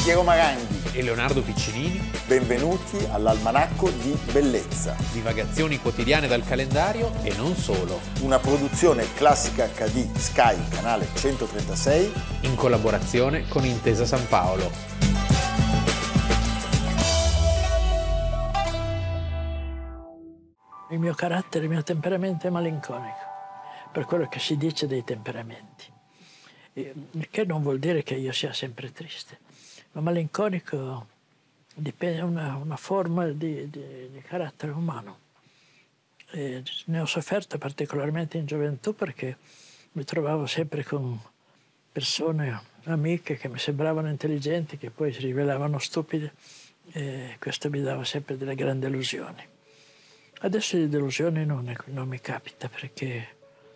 Piero Maranghi e Leonardo Piccinini. Benvenuti all'Almanacco di Bellezza. Divagazioni quotidiane dal calendario e non solo. Una produzione Classica HD Sky, canale 136. In collaborazione con Intesa San Paolo. Il mio carattere, il mio temperamento è malinconico, per quello che si dice dei temperamenti. Il che non vuol dire che io sia sempre triste, ma malinconico dipende da una forma di carattere umano. E ne ho sofferto particolarmente in gioventù perché mi trovavo sempre con persone, amiche che mi sembravano intelligenti, che poi si rivelavano stupide, e questo mi dava sempre delle grandi illusioni. Adesso di delusioni non mi capita perché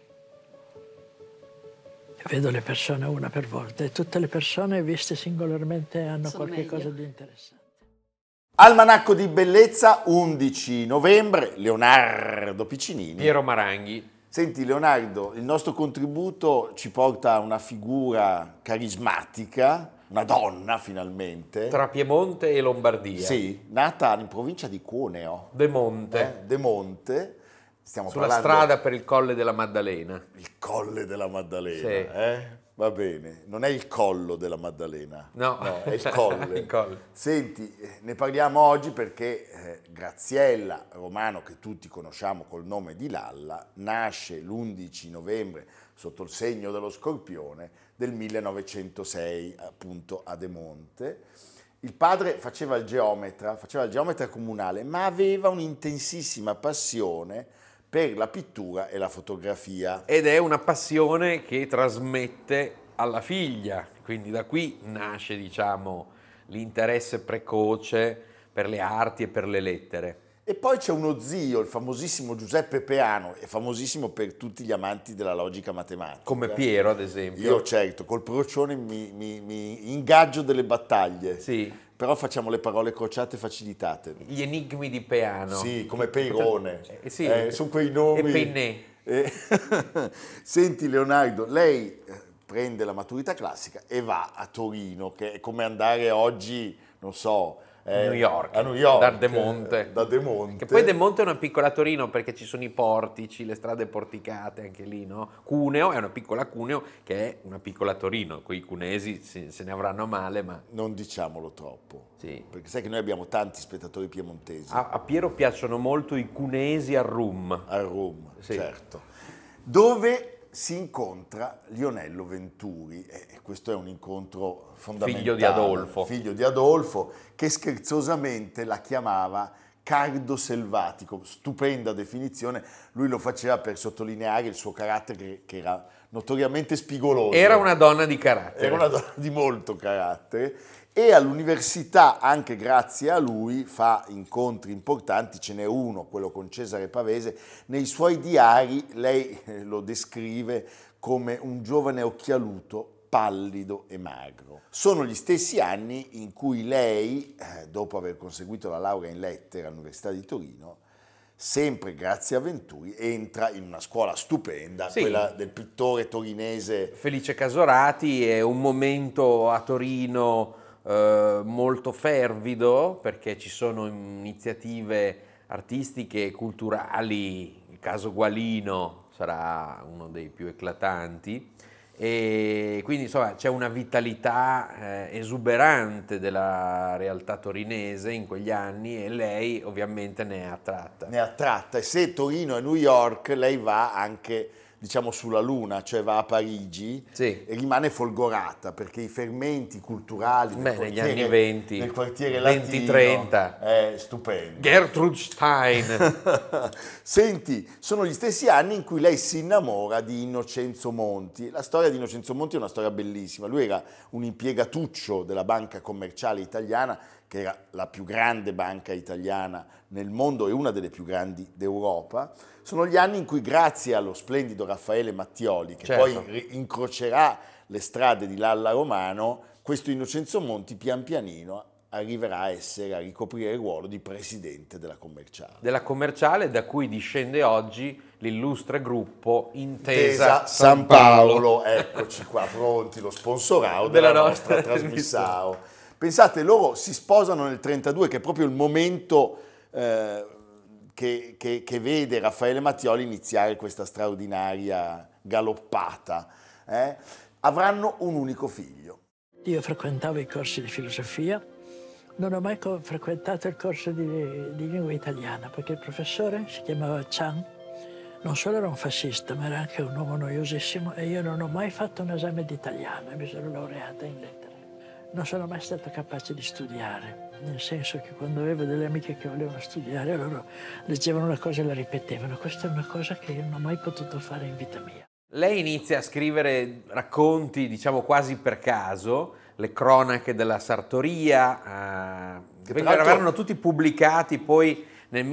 vedo le persone una per volta e tutte le persone viste singolarmente hanno qualche cosa di interessante. Almanacco di Bellezza, 11 novembre, Leonardo Piccinini. Piero Maranghi. Senti Leonardo, il nostro contributo ci porta a una figura carismatica, una donna finalmente. Tra Piemonte e Lombardia. Sì, nata in provincia di Cuneo. De Monte. De Monte. Stiamo Sulla parlando strada per il Colle della Maddalena. Il Colle della Maddalena, sì. Va bene, non è il collo della Maddalena, no è il colle. Il colle. Senti, ne parliamo oggi perché Graziella Romano, che tutti conosciamo col nome di Lalla, nasce l'11 novembre sotto il segno dello Scorpione del 1906, appunto a De Monte. Il padre faceva il geometra comunale, ma aveva un'intensissima passione per la pittura e la fotografia. Ed è una passione che trasmette alla figlia, quindi da qui nasce, diciamo, l'interesse precoce per le arti e per le lettere. E poi c'è uno zio, il famosissimo Giuseppe Peano, è famosissimo per tutti gli amanti della logica matematica. Come Piero, ad esempio. Io certo, col procione mi ingaggio delle battaglie. Sì. Però facciamo le parole crociate facilitate. Gli enigmi di Peano. Sì, come Peirone. Sì. Sono quei nomi. E Pennè. Senti Leonardo, lei prende la maturità classica e va a Torino, che è come andare oggi, non so, New York, a New York, da De Monte. Da De Monte. Che poi De Monte è una piccola Torino perché ci sono i portici, le strade porticate anche lì, no? Cuneo è una piccola Cuneo che è una piccola Torino, quei cunesi se ne avranno male, ma... Non diciamolo troppo, sì. Perché sai che noi abbiamo tanti spettatori piemontesi. A Piero piacciono molto i cunesi al rum. Al rum, sì. Certo. Dove si incontra Lionello Venturi, e questo è un incontro fondamentale. Figlio di Adolfo, che scherzosamente la chiamava cardo selvatico, stupenda definizione. Lui lo faceva per sottolineare il suo carattere che era notoriamente spigoloso. Era una donna di carattere. Era una donna di molto carattere. E all'università, anche grazie a lui, fa incontri importanti, ce n'è uno, quello con Cesare Pavese. Nei suoi diari lei lo descrive come un giovane occhialuto, pallido e magro. Sono gli stessi anni in cui lei, dopo aver conseguito la laurea in lettere all'Università di Torino, sempre grazie a Venturi, entra in una scuola stupenda, sì, quella del pittore torinese Felice Casorati. È un momento a Torino molto fervido perché ci sono iniziative artistiche e culturali. Il caso Gualino sarà uno dei più eclatanti e quindi insomma c'è una vitalità esuberante della realtà torinese in quegli anni e lei ovviamente ne è attratta. E se Torino è New York, lei va anche, diciamo, sulla luna, cioè va a Parigi, sì, e rimane folgorata perché i fermenti culturali negli anni 20, nel quartiere 20-30 è stupendo. Gertrude Stein. Senti, sono gli stessi anni in cui lei si innamora di Innocenzo Monti. La storia di Innocenzo Monti è una storia bellissima. Lui era un impiegatuccio della Banca Commerciale Italiana, che era la più grande banca italiana nel mondo e una delle più grandi d'Europa. Sono gli anni in cui, grazie allo splendido Raffaele Mattioli, che certo, poi incrocerà le strade di Lalla Romano, questo Innocenzo Monti pian pianino arriverà a ricoprire il ruolo di presidente della Commerciale. Della Commerciale, da cui discende oggi l'illustre gruppo Intesa San Paolo. Eccoci qua, pronti, lo sponsorao della nostra trasmissione. Pensate, loro si sposano nel 1932, che è proprio il momento che vede Raffaele Mattioli iniziare questa straordinaria galoppata. Avranno un unico figlio. Io frequentavo i corsi di filosofia, non ho mai frequentato il corso di lingua italiana, perché il professore si chiamava Chan, non solo era un fascista, ma era anche un uomo noiosissimo, e io non ho mai fatto un esame di italiano, mi sono laureata in lettere. Non sono mai stato capace di studiare, nel senso che quando avevo delle amiche che volevano studiare, loro leggevano una cosa e la ripetevano. Questa è una cosa che io non ho mai potuto fare in vita mia. Lei inizia a scrivere racconti, diciamo quasi per caso, le cronache della Sartoria, che verranno tutti pubblicati poi nel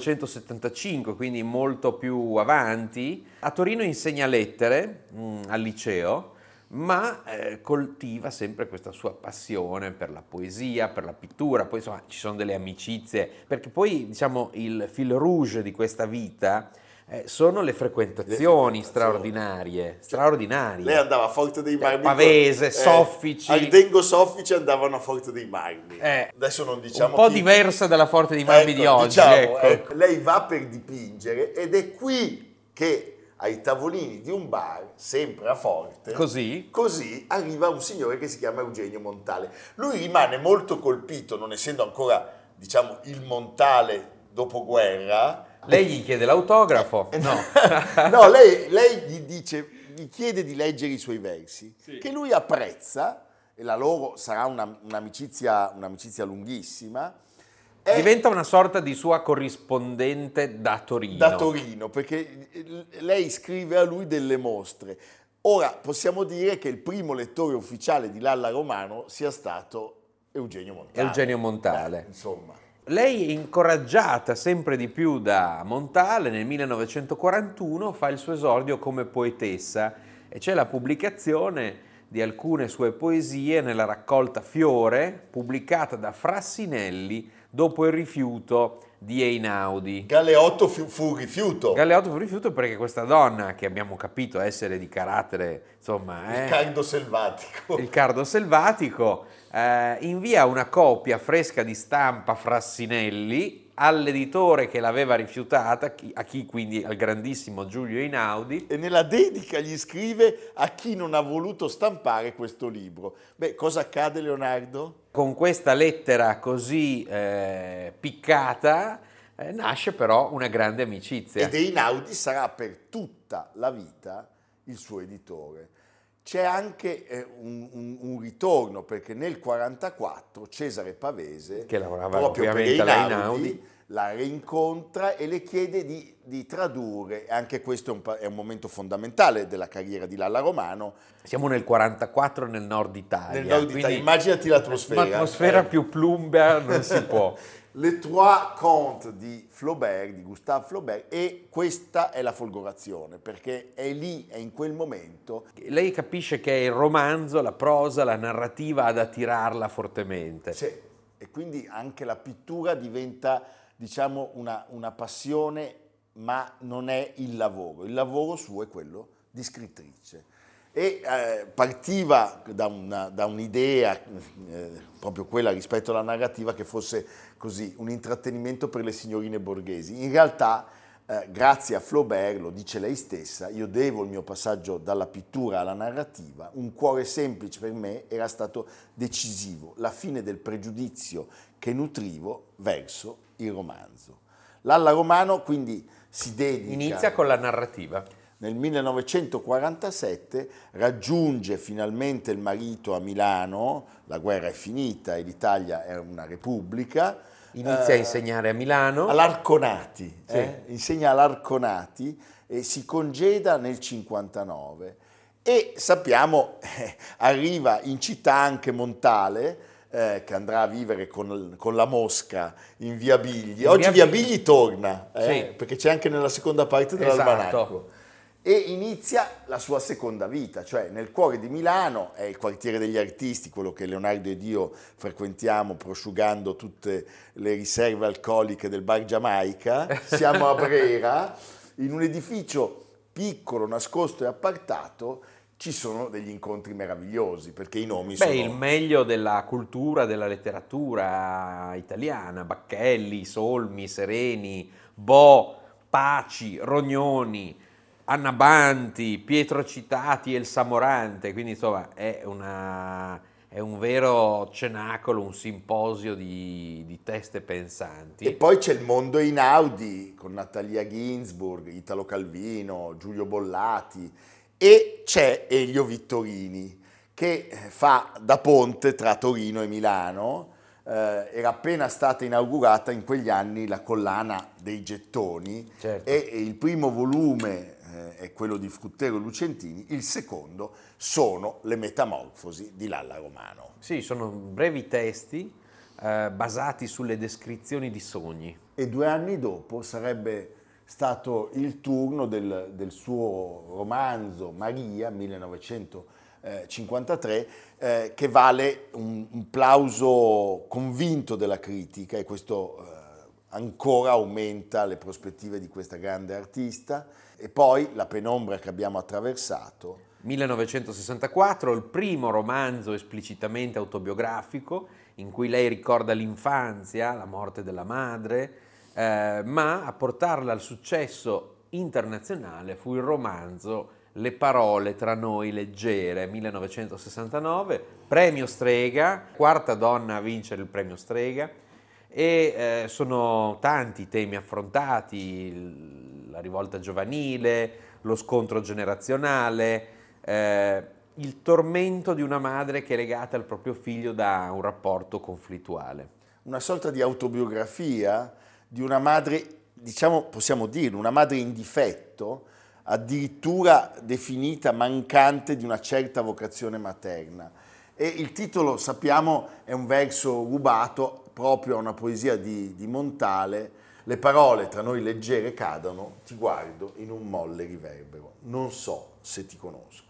1975, quindi molto più avanti. A Torino insegna lettere al liceo, ma coltiva sempre questa sua passione per la poesia, per la pittura, poi insomma ci sono delle amicizie, perché poi diciamo il fil rouge di questa vita sono le frequentazioni straordinarie. Lei andava a Forte dei Marmi. Pavese, Soffici. Ardengo, Soffici andavano a Forte dei Marmi. Adesso non diciamo un po' diversa dalla Forte dei Marmi di oggi. Diciamo, ecco. Lei va per dipingere ed è qui che ai tavolini di un bar, sempre a Forte, così arriva un signore che si chiama Eugenio Montale. Lui rimane molto colpito, non essendo ancora, diciamo, il Montale dopoguerra. Lei gli chiede l'autografo? No. No, lei gli chiede di leggere i suoi versi, che lui apprezza, e la loro sarà un'amicizia lunghissima. Diventa una sorta di sua corrispondente da Torino. Da Torino, perché lei scrive a lui delle mostre. Ora, possiamo dire che il primo lettore ufficiale di Lalla Romano sia stato Eugenio Montale. Insomma. Lei è incoraggiata sempre di più da Montale. Nel 1941 fa il suo esordio come poetessa e c'è la pubblicazione di alcune sue poesie nella raccolta Fiore, pubblicata da Frassinelli dopo il rifiuto di Einaudi. Galeotto fu rifiuto. Galeotto fu rifiuto perché questa donna, che abbiamo capito essere di carattere, insomma... Il cardo selvatico. Il cardo selvatico, invia una copia fresca di stampa Frassinelli all'editore che l'aveva rifiutata, a chi quindi al grandissimo Giulio Einaudi. E nella dedica gli scrive a chi non ha voluto stampare questo libro. Beh, cosa accade, Leonardo? Con questa lettera così piccata nasce però una grande amicizia. Ed Einaudi sarà per tutta la vita il suo editore. C'è anche un ritorno, perché nel 1944 Cesare Pavese, che lavorava proprio per ovviamente alla Einaudi, la rincontra e le chiede di tradurre. Anche questo è un momento fondamentale della carriera di Lalla Romano. Siamo nel 44 nel nord Italia. Immaginati l'atmosfera. L'atmosfera più plumbea non si può. Les Trois Contes di Flaubert, di Gustave Flaubert, e questa è la folgorazione, perché è lì, è in quel momento. Lei capisce che è il romanzo, la prosa, la narrativa ad attirarla fortemente. Sì, e quindi anche la pittura diventa, diciamo, una passione, ma non è il lavoro. Il lavoro suo è quello di scrittrice. E partiva da un'idea, proprio quella rispetto alla narrativa, che fosse così un intrattenimento per le signorine borghesi. In realtà, grazie a Flaubert, lo dice lei stessa, io devo il mio passaggio dalla pittura alla narrativa. Un cuore semplice per me era stato decisivo, la fine del pregiudizio che nutrivo verso il romanzo. Lalla Romano quindi si dedica... Inizia con la narrativa. Nel 1947 raggiunge finalmente il marito a Milano, la guerra è finita e l'Italia è una repubblica. Inizia a insegnare a Milano. All'Arconati, sì. Insegna all'Arconati e si congeda nel 1959. E sappiamo, arriva in città anche Montale, che andrà a vivere con la Mosca in Via Bigli. Oggi Via Bigli torna, sì, perché c'è anche nella seconda parte dell'almanacco. E inizia la sua seconda vita, cioè nel cuore di Milano, è il quartiere degli artisti, quello che Leonardo ed io frequentiamo prosciugando tutte le riserve alcoliche del bar Giamaica. Siamo a Brera, in un edificio piccolo, nascosto e appartato, ci sono degli incontri meravigliosi, perché i nomi Beh, sono... il meglio della cultura, della letteratura italiana, Bacchelli, Solmi, Sereni, Bo, Paci, Rognoni, Anna Banti, Pietro Citati e il Samorante, quindi insomma è un vero cenacolo, un simposio di teste E pensanti. poi c'è il mondo Einaudi con Natalia Ginzburg, Italo Calvino, Giulio Bollati, e c'è Elio Vittorini che fa da ponte tra Torino e Milano. Era appena stata inaugurata in quegli anni la collana dei gettoni, Certo. e il primo volume è quello di Fruttero e Lucentini, il secondo sono le Metamorfosi di Lalla Romano. Sì, sono brevi testi basati sulle descrizioni di sogni. E 2 anni dopo sarebbe stato il turno del suo romanzo Maria, 1953, che vale un plauso convinto della critica, e questo ancora aumenta le prospettive di questa grande artista. E poi La penombra che abbiamo attraversato. 1964, il primo romanzo esplicitamente autobiografico in cui lei ricorda l'infanzia, la morte della madre, ma a portarla al successo internazionale fu il romanzo Le parole tra noi leggere, 1969, premio Strega, quarta donna a vincere il premio Strega, e sono tanti i temi affrontati, la rivolta giovanile, lo scontro generazionale, il tormento di una madre che è legata al proprio figlio da un rapporto conflittuale. Una sorta di autobiografia di una madre, diciamo, possiamo dire, una madre in difetto, addirittura definita mancante di una certa vocazione materna. E il titolo, sappiamo, è un verso rubato proprio a una poesia di Montale: le parole tra noi leggere cadono, ti guardo in un molle riverbero, non so se ti conosco.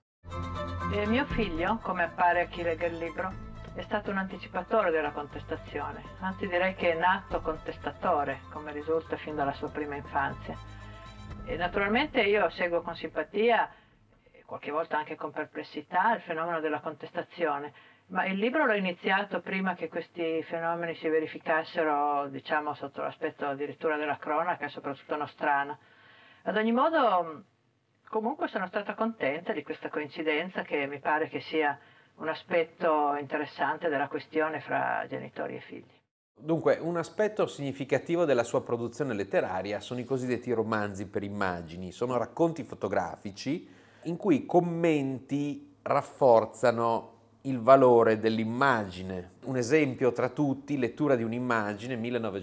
Mio figlio, come appare a chi legge il libro, è stato un anticipatore della contestazione, anzi direi che è nato contestatore, come risulta fin dalla sua prima infanzia. E naturalmente io seguo con simpatia, e qualche volta anche con perplessità, il fenomeno della contestazione, ma il libro l'ho iniziato prima che questi fenomeni si verificassero, diciamo, sotto l'aspetto addirittura della cronaca, soprattutto nostrana. Ad ogni modo, comunque sono stata contenta di questa coincidenza, che mi pare che sia un aspetto interessante della questione fra genitori e figli. Dunque, un aspetto significativo della sua produzione letteraria sono i cosiddetti romanzi per immagini, sono racconti fotografici in cui i commenti rafforzano il valore dell'immagine. Un esempio tra tutti, lettura di un'immagine,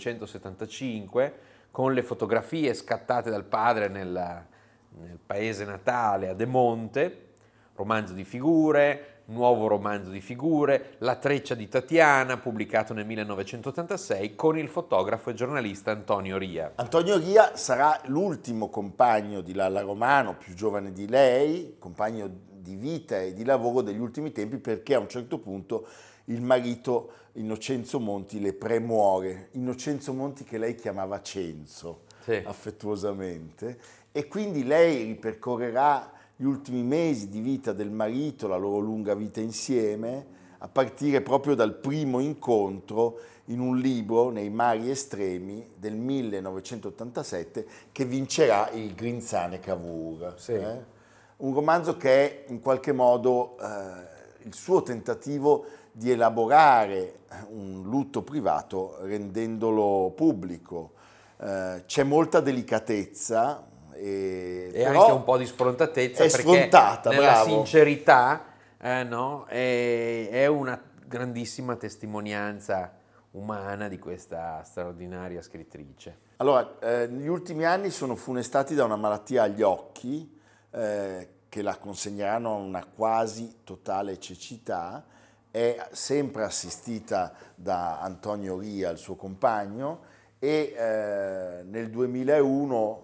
1975, con le fotografie scattate dal padre nel paese natale a De Monte, romanzo di figure, nuovo romanzo di figure, La treccia di Tatiana, pubblicato nel 1986, con il fotografo e giornalista Antonio Ria. Antonio Ria sarà l'ultimo compagno di Lalla Romano, più giovane di lei, compagno di vita e di lavoro degli ultimi tempi, perché a un certo punto il marito Innocenzo Monti le premuore, Innocenzo Monti che lei chiamava Cenzo, Sì. affettuosamente, e quindi lei ripercorrerà gli ultimi mesi di vita del marito, la loro lunga vita insieme, a partire proprio dal primo incontro in un libro, Nei mari estremi, del 1987, che vincerà il Grinzane Cavour. Sì. Un romanzo che è in qualche modo il suo tentativo di elaborare un lutto privato rendendolo pubblico. C'è molta delicatezza, E però anche un po' di sfrontatezza, è perché sfrontata, nella bravo. sincerità no, è una grandissima testimonianza umana di questa straordinaria scrittrice. Allora, negli ultimi anni sono funestati da una malattia agli occhi, che la consegneranno a una quasi totale cecità. È sempre assistita da Antonio Ria, il suo compagno, e nel 2001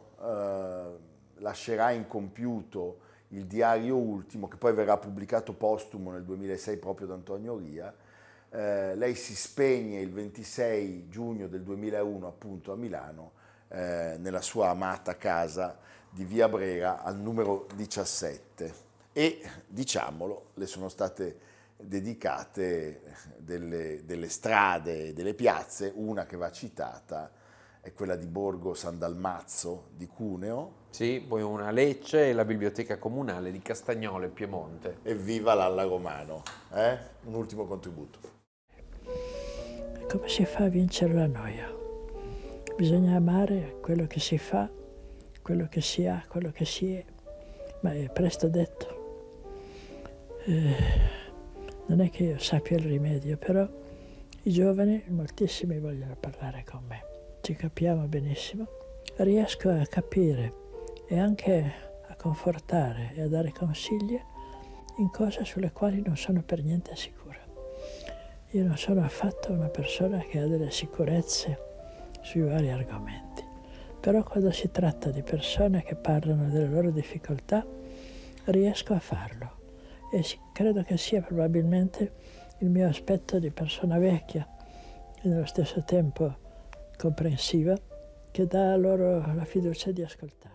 lascerà incompiuto il diario ultimo, che poi verrà pubblicato postumo nel 2006 proprio da Antonio Ria. Lei si spegne il 26 giugno del 2001 appunto a Milano, nella sua amata casa di Via Brera al numero 17. e, diciamolo, le sono state dedicate delle strade, delle piazze. Una che va citata è quella di Borgo San Dalmazzo di Cuneo. Sì, poi una Lecce e la biblioteca comunale di Castagnolo e Piemonte. Evviva l'Alla Romano, un ultimo contributo. Come si fa a vincere la noia? Bisogna amare quello che si fa, quello che si ha, quello che si è, ma è presto detto. Non è che io sappia il rimedio, però i giovani, moltissimi, vogliono parlare con me. Ci capiamo benissimo. Riesco a capire e anche a confortare e a dare consigli in cose sulle quali non sono per niente sicura. Io non sono affatto una persona che ha delle sicurezze sui vari argomenti, però quando si tratta di persone che parlano delle loro difficoltà riesco a farlo e credo che sia probabilmente il mio aspetto di persona vecchia e nello stesso tempo comprensiva che dà loro la fiducia di ascoltarmi.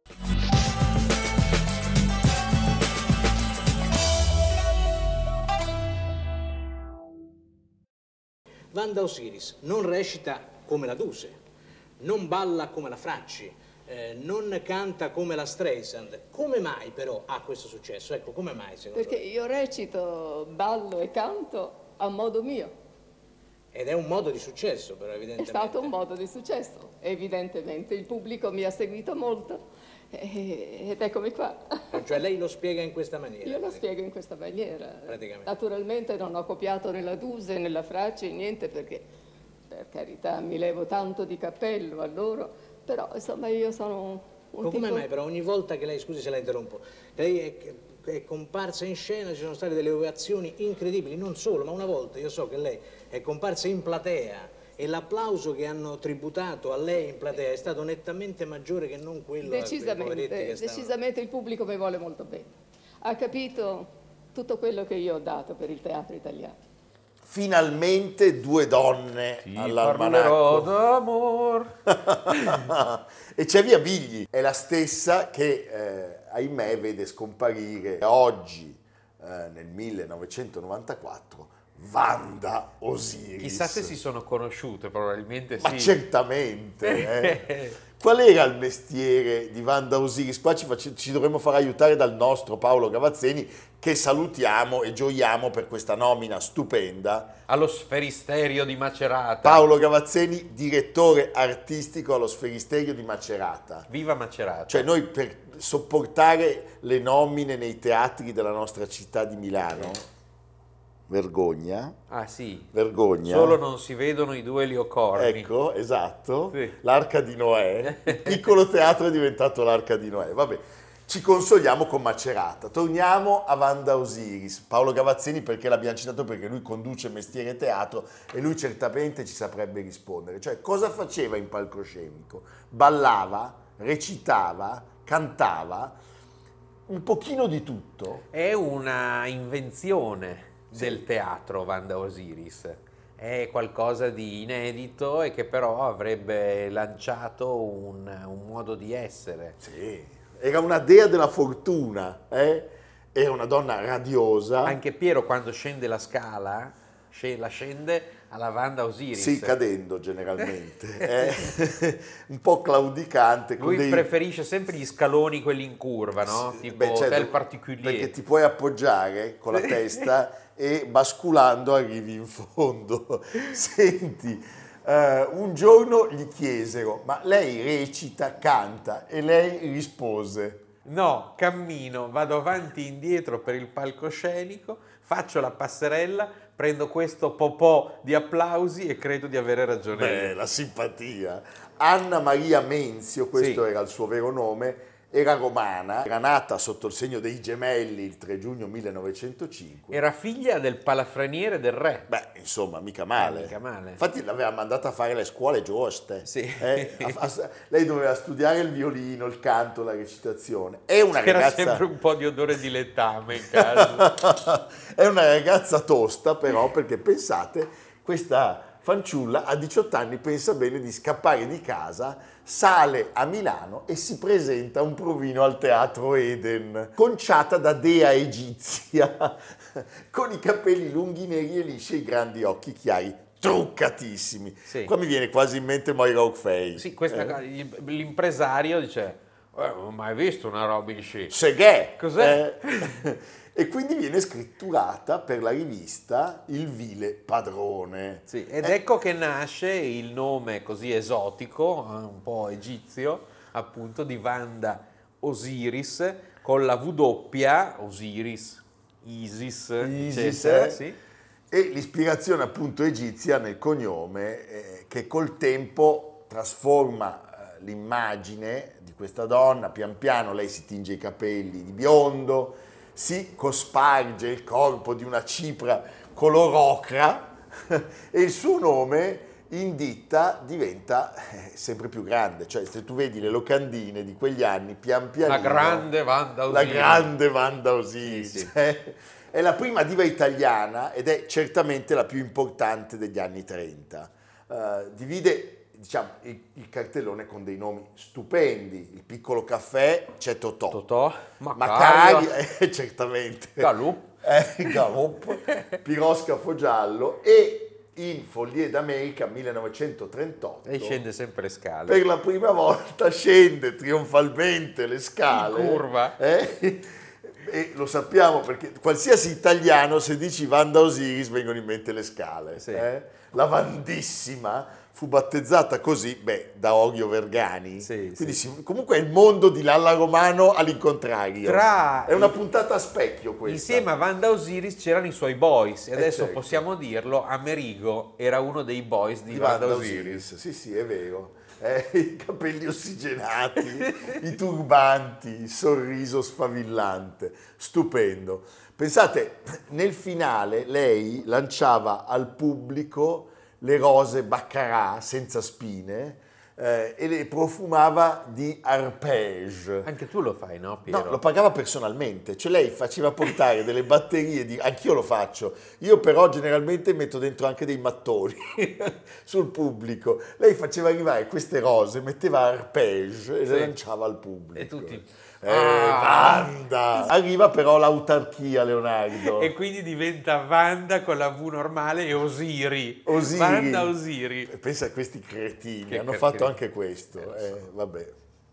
Wanda Osiris non recita come la Duse, non balla come la Fracci, non canta come la Streisand. Come mai però ha questo successo? Ecco, come mai secondo Perché io recito, ballo e canto a modo mio. Ed è un modo di successo però, È evidentemente. stato un modo di successo, evidentemente. Il pubblico mi ha seguito molto ed eccomi qua. Cioè lei lo spiega in questa maniera? Io lo spiego in questa maniera. Praticamente. Naturalmente non ho copiato né la Duse né la Fracci, niente, perché per carità mi levo tanto di cappello a loro, però insomma io sono un Ma come tipo... mai però ogni volta che lei, scusi se la interrompo, lei è comparsa in scena, ci sono state delle ovazioni incredibili, non solo, ma una volta io so che lei è comparsa in platea e l'applauso che hanno tributato a lei in platea è stato nettamente maggiore che non quello a quei poveretti che stavano... Decisamente il pubblico mi vuole molto bene. Ha capito tutto quello che io ho dato per il teatro italiano. Finalmente due donne Parlerò all'almanacco. d'amor. E c'è Via Bigli, è la stessa che, ahimè, vede scomparire oggi, nel 1994, Wanda Osiris. Chissà se si sono conosciute, probabilmente Ma sì. certamente. Qual era il mestiere di Wanda Osiris? Qua ci dovremmo far aiutare dal nostro Paolo Gavazzeni, che salutiamo e gioiamo per questa nomina stupenda. Allo Sferisterio di Macerata. Paolo Gavazzeni, direttore artistico allo Sferisterio di Macerata. Viva Macerata. Cioè noi per sopportare le nomine nei teatri della nostra città di Milano, vergogna, Ah sì, vergogna. solo non si vedono i due leocorni. Ecco, esatto, Sì. l'Arca di Noè, il piccolo teatro è diventato l'Arca di Noè. Vabbè, ci consoliamo con Macerata. Torniamo a Wanda Osiris. Paolo Gavazzeni, perché l'abbiamo citato? Perché lui conduce Mestiere Teatro e lui certamente ci saprebbe rispondere. Cioè, cosa faceva in palcoscenico? Ballava, recitava, cantava, un pochino di tutto. È una invenzione del teatro Wanda Osiris. È qualcosa di inedito e che però avrebbe lanciato un modo di essere. Sì, era una dea della fortuna, era una donna radiosa. Anche Piero quando scende la scala, la scende alla Wanda Osiris. Sì, cadendo generalmente, un po' claudicante. Lui preferisce sempre gli scaloni, quelli in curva, no? Sì, Tipo beh, certo, hotel particulier. perché ti puoi appoggiare con la testa e basculando arrivi in fondo. Senti, un giorno gli chiesero, ma lei recita, canta? E lei rispose: No, cammino, vado avanti e indietro per il palcoscenico, faccio la passerella, prendo questo popò di applausi e credo di avere ragione beh, io. la simpatia. Anna Maria Menzio, questo Sì. era il suo vero nome, era romana, era nata sotto il segno dei gemelli il 3 giugno 1905. Era figlia del palafreniere del re. Beh, insomma, mica male. Mica male. Infatti l'aveva mandata a fare le scuole giuste. Sì. Lei doveva studiare il violino, il canto, la recitazione. È una C'era ragazza... sempre un po' di odore di letame in casa. È una ragazza tosta, però, perché pensate, questa fanciulla a 18 anni pensa bene di scappare di casa, sale a Milano e si presenta a un provino al Teatro Eden, conciata da dea egizia, con i capelli lunghi, neri e lisci e i grandi occhi chiari, truccatissimi. Sì. Qua mi viene quasi in mente Moira Orfei. Sì, l'impresario dice, non ho mai visto una roba in sci. Seghe! Cos'è? E quindi viene scritturata per la rivista Il vile padrone. Sì, ed ecco che nasce il nome così esotico, un po' egizio, appunto di Wanda Osiris, con la W, Osiris, Isis, eccetera. Sì. E l'ispirazione appunto egizia nel cognome che col tempo trasforma l'immagine di questa donna, pian piano lei si tinge i capelli di biondo, si cosparge il corpo di una cipra color ocra e il suo nome in ditta diventa sempre più grande, cioè se tu vedi le locandine di quegli anni pian pianino... La grande Wanda Osiris. La grande Wanda Osiris. Sì, sì. È la prima diva italiana ed è certamente la più importante degli anni 30. Divide diciamo, il cartellone con dei nomi stupendi. Il Piccolo Caffè c'è Totò. Totò, Macari, certamente. Galup. Galup, Pirosca Fogiallo e in Follie d'America 1938. E scende sempre le scale. Per la prima volta scende trionfalmente le scale. In curva. E lo sappiamo perché qualsiasi italiano, se dici Wanda Osiris, vengono in mente le scale. Sì. La Vandissima fu battezzata così, da Orio Vergani. Sì, quindi sì. Comunque è il mondo di Lalla Romano all'incontrario. È una puntata a specchio questa. Insieme a Wanda Osiris c'erano i suoi boys, e adesso certo. Possiamo dirlo, Amerigo era uno dei boys di Wanda Osiris. Sì, è vero. I capelli ossigenati, i turbanti, il sorriso sfavillante, stupendo. Pensate, nel finale lei lanciava al pubblico le rose Baccarat senza spine e le profumava di arpège. Anche tu lo fai, no, Piero? No, lo pagava personalmente, cioè lei faceva portare delle batterie di... Anch'io lo faccio, io però generalmente metto dentro anche dei mattoni sul pubblico. Lei faceva arrivare queste rose, metteva arpège e le lanciava al pubblico. E tutti... Wanda! Arriva però l'autarchia, Leonardo. E quindi diventa Wanda con la V normale e Osiri. Wanda Osiri. Pensa a questi cretini, Che hanno cretini. fatto anche questo. Vabbè.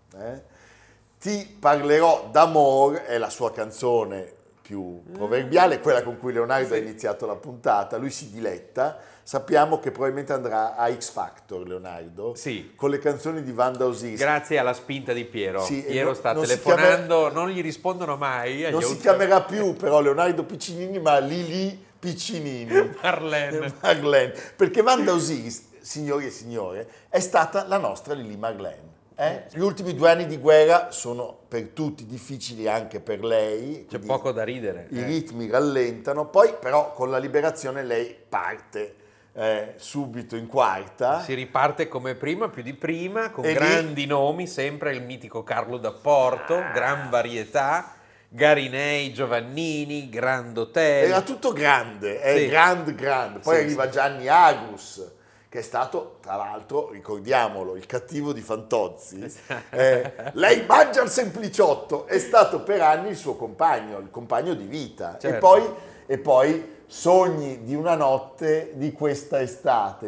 Ti parlerò d'amore, è la sua canzone più proverbiale, quella con cui Leonardo ha iniziato la puntata. Lui si diletta. Sappiamo che probabilmente andrà a X Factor, Leonardo, Sì. con le canzoni di Wanda Osiris. Grazie alla spinta di Piero. Sì, Piero sta non si telefonando, non gli rispondono mai. Non si chiamerà più però Leonardo Piccinini, ma Lili Piccinini. Marlene. Perché Wanda Osiris, signori e signore, è stata la nostra Lili Marlene. Gli ultimi 2 anni di guerra sono per tutti difficili anche per lei. C'è poco da ridere. I ritmi rallentano, poi però con la liberazione lei parte subito in quarta. Si riparte come prima, più di prima, con E grandi nomi, sempre il mitico Carlo D'Apporto, gran varietà, Garinei, Giovannini, Grand Hotel. Era tutto grande, Sì. grande. Poi Sì, arriva Gianni Agus, che è stato, tra l'altro, ricordiamolo, il cattivo di Fantozzi. Lei mangia il sempliciotto, è stato per anni il suo compagno, il compagno di vita. Certo. E poi Sogni di una notte di questa estate,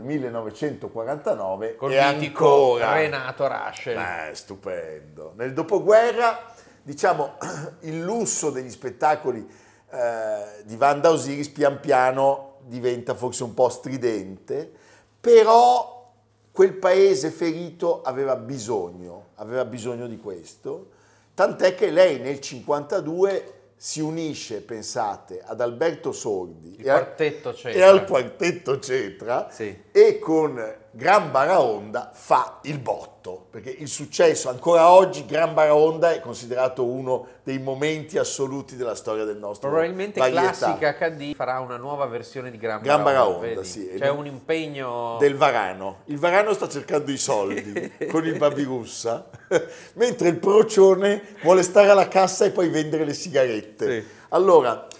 1949, Col e mitico ancora Renato Rascel. Stupendo. Nel dopoguerra, diciamo, il lusso degli spettacoli di Wanda Osiris pian piano diventa forse un po' stridente, però quel paese ferito aveva bisogno di questo, tant'è che lei nel 52 si unisce, pensate, ad Alberto Sordi Il quartetto Cetra. e al quartetto Cetra, Sì. e con Gran Baraonda fa il botto, perché il successo, ancora oggi Gran Baraonda è considerato uno dei momenti assoluti della storia del nostro Probabilmente varietà. Classica HD farà una nuova versione di Gran Baraonda, Baraonda, vedi? sì. C'è un impegno... Del Varano. Il Varano sta cercando i soldi con il Babirussa, mentre il Procione vuole stare alla cassa e poi vendere le sigarette. Sì. Allora,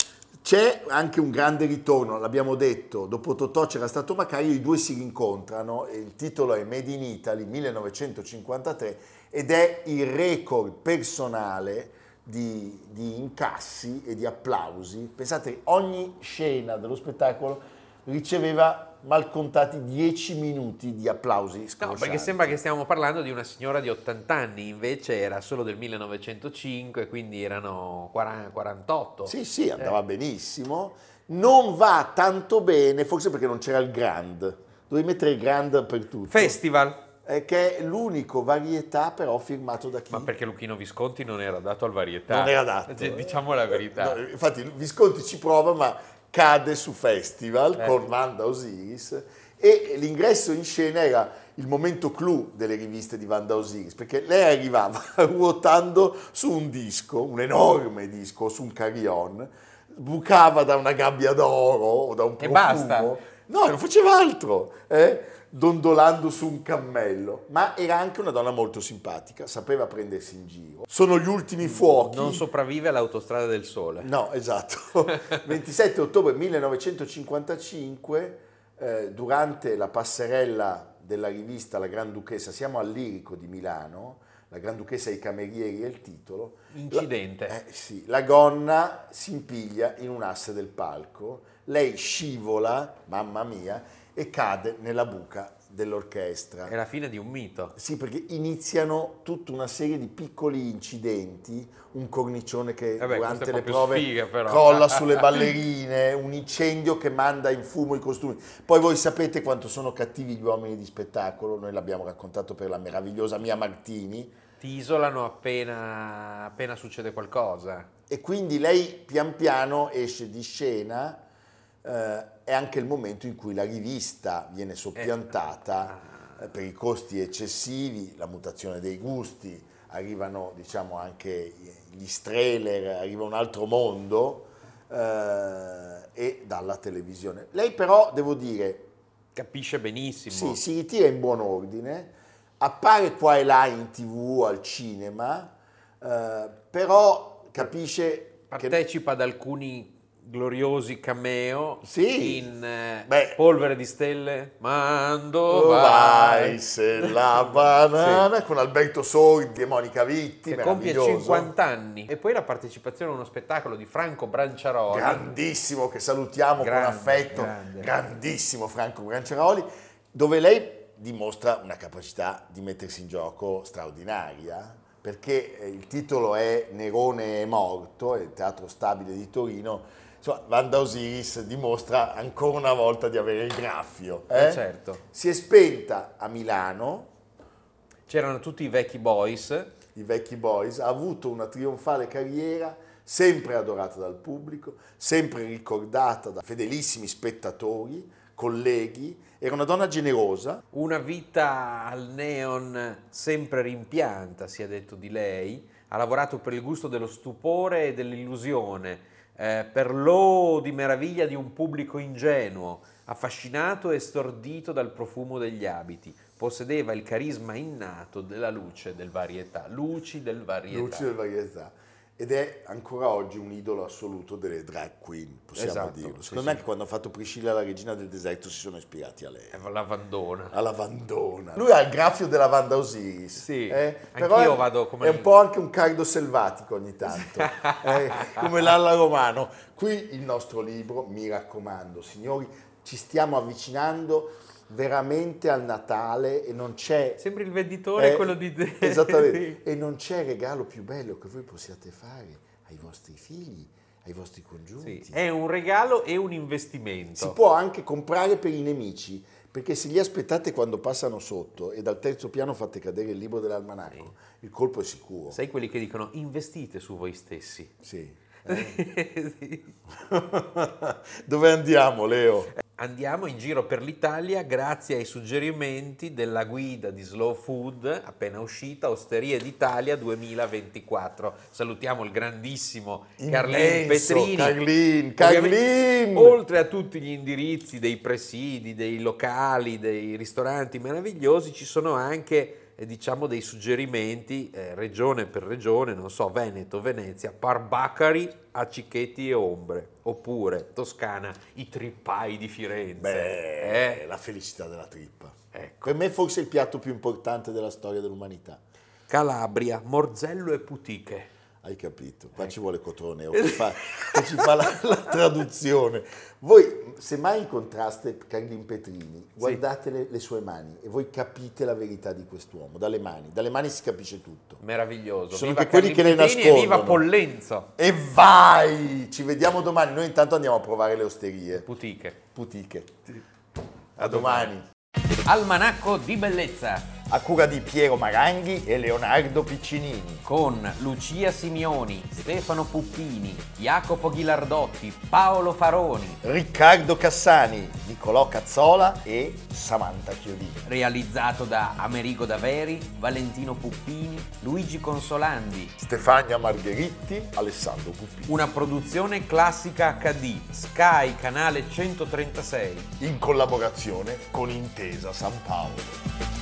C'è anche un grande ritorno, l'abbiamo detto, dopo Totò c'era stato Macario, i due si rincontrano, e il titolo è Made in Italy 1953 ed è il record personale di incassi e di applausi. Pensate, ogni scena dello spettacolo riceveva mal contati 10 minuti di applausi No, scroscianti. perché sembra che stiamo parlando di una signora di 80 anni, invece era solo del 1905, quindi erano 48. Sì, andava benissimo. Non va tanto bene, forse perché non c'era il Grand. Dovevi mettere il Grand per tutto. Festival. Che è l'unico varietà però firmato da chi? Ma perché Luchino Visconti non era dato al Varietà? Non era dato. Diciamo la verità. No, infatti Visconti ci prova, ma cade su Festival con Wanda Osiris, e l'ingresso in scena era il momento clou delle riviste di Wanda Osiris, perché lei arrivava ruotando su un disco, un enorme disco, su un carillon, bucava da una gabbia d'oro o da un profumo. E basta? No, non faceva altro, dondolando su un cammello, ma era anche una donna molto simpatica, sapeva prendersi in giro. Sono gli ultimi fuochi. Non sopravvive all'Autostrada del Sole. No, esatto. 27 ottobre 1955, durante la passerella della rivista La Granduchessa, siamo al Lirico di Milano, La Granduchessa e i camerieri è il titolo. Incidente. Sì, la gonna si impiglia in un asse del palco, lei scivola, mamma mia, e cade nella buca dell'orchestra. È la fine di un mito. Sì, perché iniziano tutta una serie di piccoli incidenti, un cornicione che Vabbè, durante questa è le proprio prove sfiga, però. crolla sulle ballerine, un incendio che manda in fumo i costumi. Poi voi sapete quanto sono cattivi gli uomini di spettacolo, noi l'abbiamo raccontato per la meravigliosa Mia Martini, Ti isolano appena succede qualcosa. e quindi lei pian piano esce di scena. È anche il momento in cui la rivista viene soppiantata per i costi eccessivi, la mutazione dei gusti, arrivano diciamo anche gli Strehler, arriva un altro mondo, e dalla televisione. Lei però, devo dire, Capisce benissimo. sì, si ritira in buon ordine, appare qua e là in TV, al cinema, però capisce che... Partecipa ad alcuni gloriosi cameo Sì. in Beh. Polvere di stelle. Mando Vai se la banana, Sì. con Alberto Sordi e Monica Vitti, che compie meraviglioso. 50 anni. E poi la partecipazione a uno spettacolo di Franco Branciaroli. Grandissimo, che salutiamo Grande, con affetto, grande. grandissimo Franco Branciaroli, dove lei dimostra una capacità di mettersi in gioco straordinaria, perché il titolo è Nerone è morto, è il Teatro Stabile di Torino. Insomma, Wanda Osiris dimostra ancora una volta di avere il graffio. Certo. Si è spenta a Milano, C'erano tutti i vecchi boys. i vecchi boys, ha avuto una trionfale carriera, sempre adorata dal pubblico, sempre ricordata da fedelissimi spettatori, colleghi. Era una donna generosa. Una vita al neon sempre rimpianta, si è detto di lei. Ha lavorato per il gusto dello stupore e dell'illusione, per l'o di meraviglia di un pubblico ingenuo, affascinato e stordito dal profumo degli abiti. Possedeva il carisma innato della luce del varietà. Luci del varietà. Luci del varietà. Ed è ancora oggi un idolo assoluto delle drag queen, possiamo Esatto, dirlo. sì, Secondo me sì. anche quando ha fatto Priscilla la regina del deserto si sono ispirati a lei. L'abbandona. Alla Vandona. Lui ha il graffio della Wanda Osiris. Sì, però anch'io vado come è un po' anche un cardo selvatico ogni tanto, come l'Alla Romano. Qui il nostro libro, mi raccomando, signori, ci stiamo avvicinando veramente al Natale e non c'è... Sembri il venditore, quello di... Esattamente. E non c'è regalo più bello che voi possiate fare ai vostri figli, ai vostri congiunti. Sì, è un regalo e un investimento. Si può anche comprare per i nemici, perché se li aspettate quando passano sotto e dal terzo piano fate cadere il libro dell'almanacco, il colpo è sicuro. Sai quelli che dicono investite su voi stessi. Sì. Sì. Dove andiamo, Leo? Andiamo in giro per l'Italia grazie ai suggerimenti della guida di Slow Food appena uscita, Osterie d'Italia 2024. Salutiamo il grandissimo Carlin Immenso, Petrini. Carlin! Oltre a tutti gli indirizzi dei presidi, dei locali, dei ristoranti meravigliosi, ci sono anche diciamo dei suggerimenti regione per regione, non so, Veneto, Venezia, Parbacari, Accichetti e Ombre, oppure Toscana, i trippai di Firenze. La felicità della trippa. Ecco. Per me forse il piatto più importante della storia dell'umanità. Calabria, Morzello e Putiche. Hai capito? Qua ci vuole Cotroneo che ci fa la traduzione. Voi, se mai incontraste Carlin Petrini, guardate le sue mani e voi capite la verità di quest'uomo. Dalle mani si capisce tutto. Meraviglioso. Sono Viva anche quelli che le Carlin Petrini nascondono. e viva Pollenzo. E vai! Ci vediamo domani. Noi intanto andiamo a provare le osterie. Putiche. A domani. Almanacco di bellezza A cura di Piero Maranghi e Leonardo Piccinini. con Lucia Simioni, Stefano Puppini, Jacopo Ghilardotti, Paolo Faroni, Riccardo Cassani, Nicolò Cazzola e Samantha Chiodini. realizzato da Amerigo Daveri, Valentino Puppini, Luigi Consolandi. Stefania Margheritti, Alessandro Puppini. Una produzione Classica HD, Sky, canale 136. In collaborazione con Intesa San Paolo.